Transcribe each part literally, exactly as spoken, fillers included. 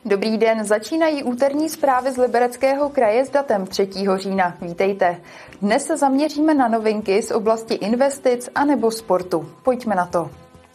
Dobrý den, začínají úterní zprávy z Libereckého kraje s datem třetího října. Vítejte. Dnes se zaměříme na novinky z oblasti investic anebo sportu. Pojďme na to.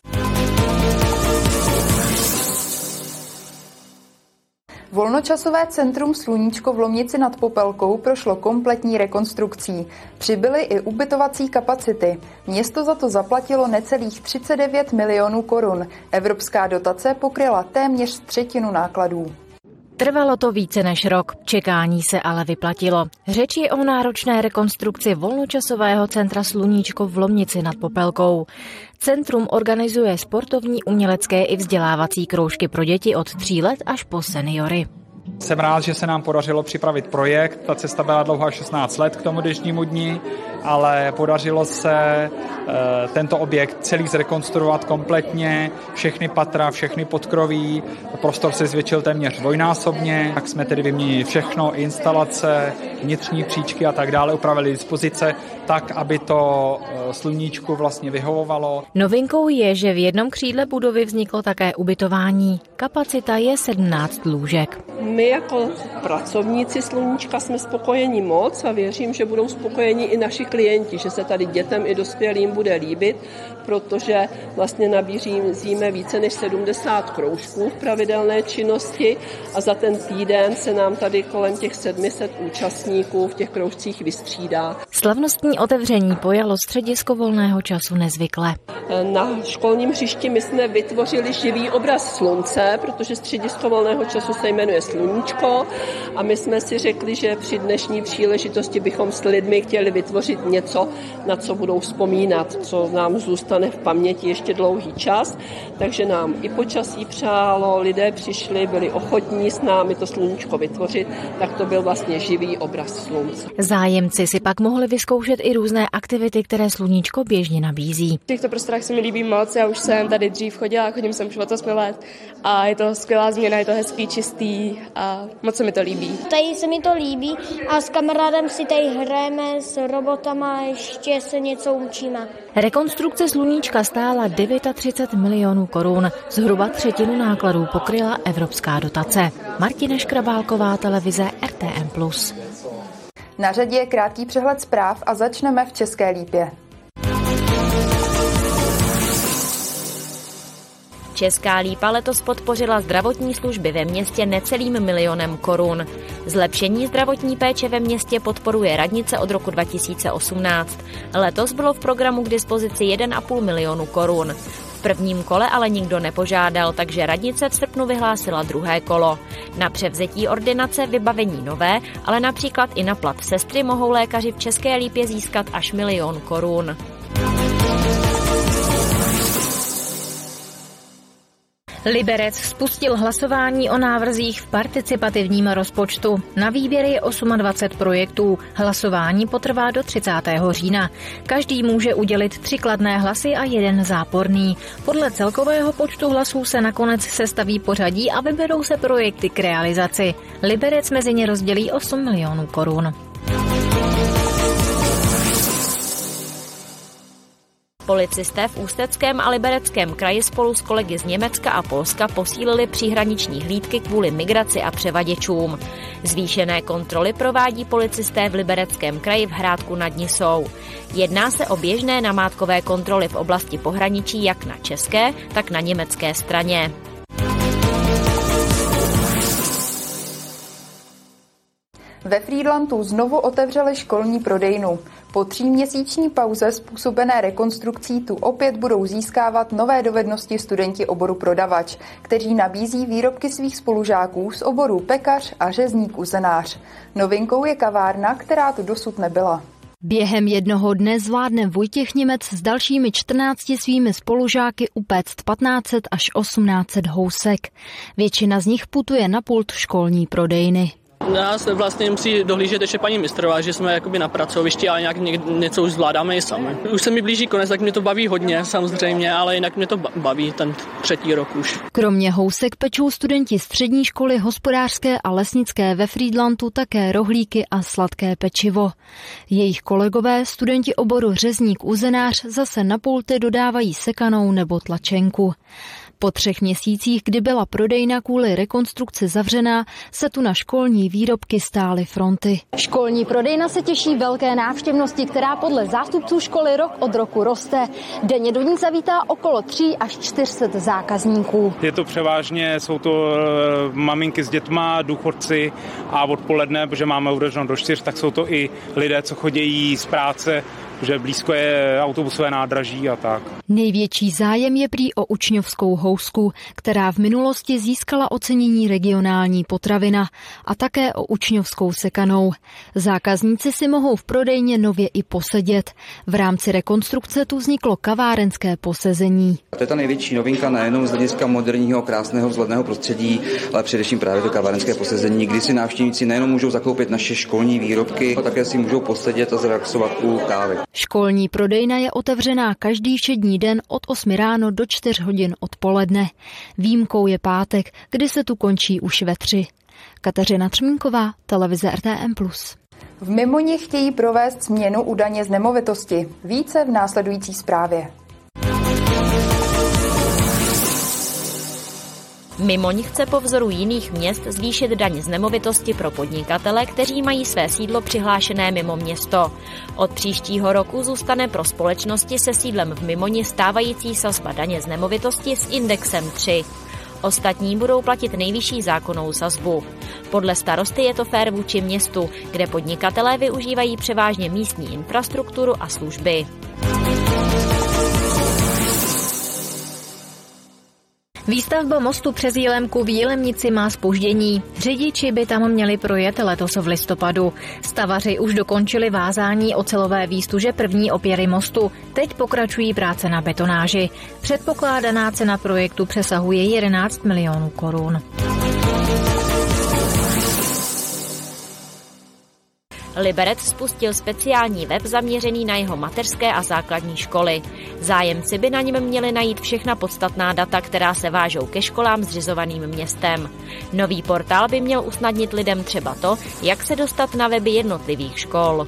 Volnočasové centrum Sluníčko v Lomnici nad Popelkou prošlo kompletní rekonstrukcí. Přibyly i ubytovací kapacity. Město za to zaplatilo necelých třicet devět milionů korun. Evropská dotace pokryla téměř třetinu nákladů. Trvalo to více než rok, čekání se ale vyplatilo. Řeč je o náročné rekonstrukci volnočasového centra Sluníčko v Lomnici nad Popelkou. Centrum organizuje sportovní, umělecké i vzdělávací kroužky pro děti od tří let až po seniory. Jsem rád, že se nám podařilo připravit projekt. Ta cesta byla dlouhá šestnáct let k tomu dnešnímu dni, ale podařilo se e, tento objekt celý zrekonstruovat kompletně, všechny patra, všechny podkroví. Prostor se zvětšil téměř dvojnásobně, tak jsme tedy vyměnili všechno, instalace, vnitřní příčky a tak dále, upravili dispozice tak, aby to Sluníčku vlastně vyhovovalo. Novinkou je, že v jednom křídle budovy vzniklo také ubytování. Kapacita je sedmnáct lůžek. My jako pracovníci Sluníčka jsme spokojeni moc a věřím, že budou spokojeni i naši klienti, že se tady dětem i dospělým bude líbit, protože vlastně nabízíme více než sedmdesát kroužků v pravidelné činnosti a za ten týden se nám tady kolem těch sedm set účastníků v těch kroužcích vystřídá. Slavnostní otevření pojalo středisko volného času nezvykle. Na školním hřišti my jsme vytvořili živý obraz slunce, protože středisko volného času se jmenuje Sluníčko a my jsme si řekli, že při dnešní příležitosti bychom s lidmi chtěli vytvořit něco, na co budou vzpomínat, co nám zůstane v paměti ještě dlouhý čas, takže nám i počasí přálo, lidé přišli, byli ochotní s námi to sluníčko vytvořit, tak to byl vlastně živý obraz slunce. Zájemci si pak mohli vyzkoušet i různé aktivity, které Sluníčko běžně nabízí. V těchto prostorách se mi líbí moc, já už jsem tady dřív chodila, chodím sem už od osmi let a je to skvělá změna, je to hezký, čistý a moc se mi to líbí. Tady se mi to líbí a s kamarádem si tady hrajeme s robotama a ještě se něco učíme. Rekonstrukce Sluníčka stála třicet devět milionů korun. Zhruba třetinu nákladů pokryla evropská dotace. Martina Škrabálková, televize R T M plus. Na řadě je krátký přehled zpráv a začneme v České Lípě. Česká Lípa letos podpořila zdravotní služby ve městě necelým milionem korun. Zlepšení zdravotní péče ve městě podporuje radnice od roku dva tisíce osmnáct. Letos bylo v programu k dispozici jeden a půl milionu korun. V prvním kole ale nikdo nepožádal, takže radnice v srpnu vyhlásila druhé kolo. Na převzetí ordinace vybavení nové, ale například i na plat sestry mohou lékaři v České Lípě získat až milion korun. Liberec spustil hlasování o návrzích v participativním rozpočtu. Na výběr je dvacet osm projektů. Hlasování potrvá do třicátého října. Každý může udělit tři kladné hlasy a jeden záporný. Podle celkového počtu hlasů se nakonec sestaví pořadí a vyberou se projekty k realizaci. Liberec mezi ně rozdělí osm milionů korun. Policisté v Ústeckém a Libereckém kraji spolu s kolegy z Německa a Polska posílili příhraniční hlídky kvůli migraci a převaděčům. Zvýšené kontroly provádí policisté v Libereckém kraji v Hrádku nad Nisou. Jedná se o běžné namátkové kontroly v oblasti pohraničí jak na české, tak na německé straně. Ve Frýdlantu znovu otevřeli školní prodejnu. Po tříměsíční pauze způsobené rekonstrukcí tu opět budou získávat nové dovednosti studenti oboru prodavač, kteří nabízí výrobky svých spolužáků z oborů pekař a řezník uzenář. Novinkou je kavárna, která tu dosud nebyla. Během jednoho dne zvládne Vojtěch Němec s dalšími čtrnácti svými spolužáky upéct patnáct set až osmnáct set housek. Většina z nich putuje na pult školní prodejny. Nás vlastně musí dohlížet ještě paní mistrová, že jsme jakoby na pracovišti, ale nějak něco už zvládáme i sami. Už se mi blíží konec, tak mě to baví hodně samozřejmě, ale jinak mě to baví ten třetí rok už. Kromě housek pečou studenti střední školy hospodářské a lesnické ve Frýdlantu také rohlíky a sladké pečivo. Jejich kolegové, studenti oboru řezník uzenář, zase na pulty dodávají sekanou nebo tlačenku. Po třech měsících, kdy byla prodejna kvůli rekonstrukci zavřená, se tu na školní výrobky stály fronty. Školní prodejna se těší velké návštěvnosti, která podle zástupců školy rok od roku roste. Denně do ní zavítá okolo tří až čtyř set zákazníků. Je to převážně, jsou to maminky s dětma, důchodci a odpoledne, protože máme otevřeno do čtyř, tak jsou to i lidé, co chodí z práce, že blízko je autobusové nádraží a tak. Největší zájem je prý o učňovskou housku, která v minulosti získala ocenění regionální potravina, a také o učňovskou sekanou. Zákazníci si mohou v prodejně nově i posedět. V rámci rekonstrukce tu vzniklo kavárenské posezení. To je ta největší novinka nejenom z hlediska moderního, krásného, vzhledného prostředí, ale především právě to kavárenské posezení, kdy si návštěvníci nejenom můžou zakoupit naše školní výrobky, ale také si můžou posedět a zrelaxovat u kávy. Školní prodejna je otevřená každý všední den od osmi ráno do čtyř hodin odpoledne. Výjimkou je pátek, kdy se tu končí už ve tři. Kateřina Třmínková, televize R T M plus. V Mimoni chtějí provést změnu u daně z nemovitosti. Více v následující zprávě. Mimoň chce po vzoru jiných měst zvýšit daň z nemovitosti pro podnikatele, kteří mají své sídlo přihlášené mimo město. Od příštího roku zůstane pro společnosti se sídlem v Mimoni stávající sazba daně z nemovitosti s indexem tři. Ostatní budou platit nejvyšší zákonnou sazbu. Podle starosty je to fér vůči městu, kde podnikatelé využívají převážně místní infrastrukturu a služby. Výstavba mostu přes Jilemku v Jilemnici má zpoždění. Řidiči by tam měli projet letos v listopadu. Stavaři už dokončili vázání ocelové výstuže první opěry mostu. Teď pokračují práce na betonáži. Předpokládaná cena projektu přesahuje jedenáct milionů korun. Liberec spustil speciální web zaměřený na jeho mateřské a základní školy. Zájemci by na něm měli najít všechna podstatná data, která se vážou ke školám zřizovaným městem. Nový portál by měl usnadnit lidem třeba to, jak se dostat na weby jednotlivých škol.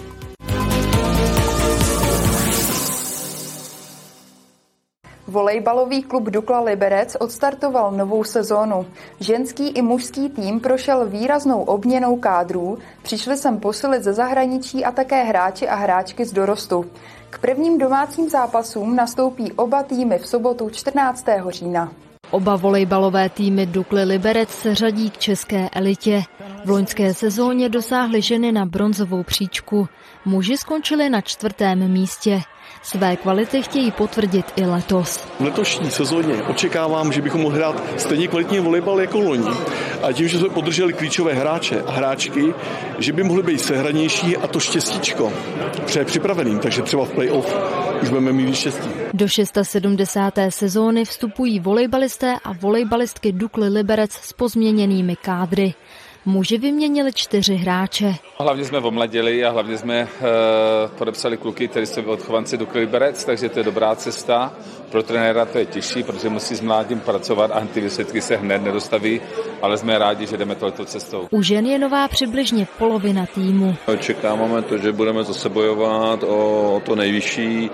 Volejbalový klub Dukla Liberec odstartoval novou sezónu. Ženský i mužský tým prošel výraznou obměnou kádrů, přišli sem posilit ze zahraničí a také hráči a hráčky z dorostu. K prvním domácím zápasům nastoupí oba týmy v sobotu čtrnáctého října. Oba volejbalové týmy Dukly Liberec se řadí k české elitě. V loňské sezóně dosáhly ženy na bronzovou příčku. Muži skončili na čtvrtém místě. Své kvality chtějí potvrdit i letos. V letošní sezóně očekávám, že bychom mohli hrát stejně kvalitní volejbal jako loni. A tím, že jsme podrželi klíčové hráče a hráčky, že by mohli být sehranější a to štěstíčko pře připraveným, takže třeba v play-off už budeme mít štěstí. Do sedmdesáté šesté sezóny vstupují volejbalisté a volejbalistky Dukly Liberec s pozměněnými kádry. Muži vyměnili čtyři hráče. Hlavně jsme omladili a hlavně jsme e, podepsali kluky, kteří jsou odchovanci Dukly Liberec, takže to je dobrá cesta. Pro trenéra to je těžší, protože musí s mládím pracovat a ty výsledky se hned nedostaví, ale jsme rádi, že jdeme touto cestou. U žen je nová přibližně polovina týmu. Očekáváme to, že budeme zase bojovat o, o to nejvyšší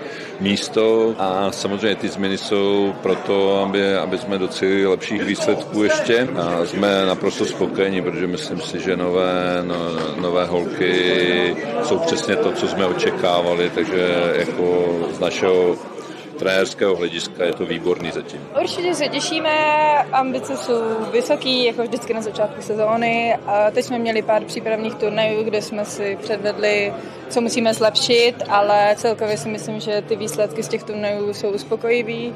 místo a samozřejmě ty změny jsou proto, aby, aby jsme docílili lepších výsledků ještě a jsme naprosto spokojeni, protože myslím si, že nové, no, nové holky jsou přesně to, co jsme očekávali, takže jako z našeho trenérského hlediska je to výborný zatím. Určitě se těšíme, ambice jsou vysoký, jako vždycky na začátku sezóny. A teď jsme měli pár přípravných turnajů, kde jsme si předvedli, co musíme zlepšit, ale celkově si myslím, že ty výsledky z těch turnajů jsou uspokojivý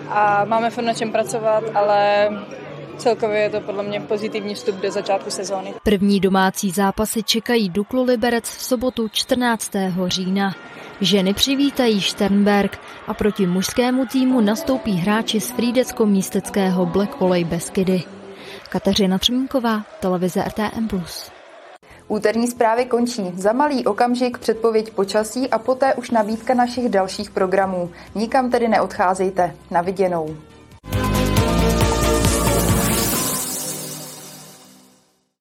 a máme furt na čem pracovat, ale celkově je to podle mě pozitivní vstup do začátku sezóny. První domácí zápasy čekají Duklu Liberec v sobotu čtrnáctého října. Ženy přivítají Šternberk a proti mužskému týmu nastoupí hráči z frýdecko-místeckého Black Volley Beskydy. Kateřina Třmínková, televize R T M plus. Úterní zprávy končí. Za malý okamžik předpověď počasí a poté už nabídka našich dalších programů. Nikam tedy neodcházejte. Na viděnou.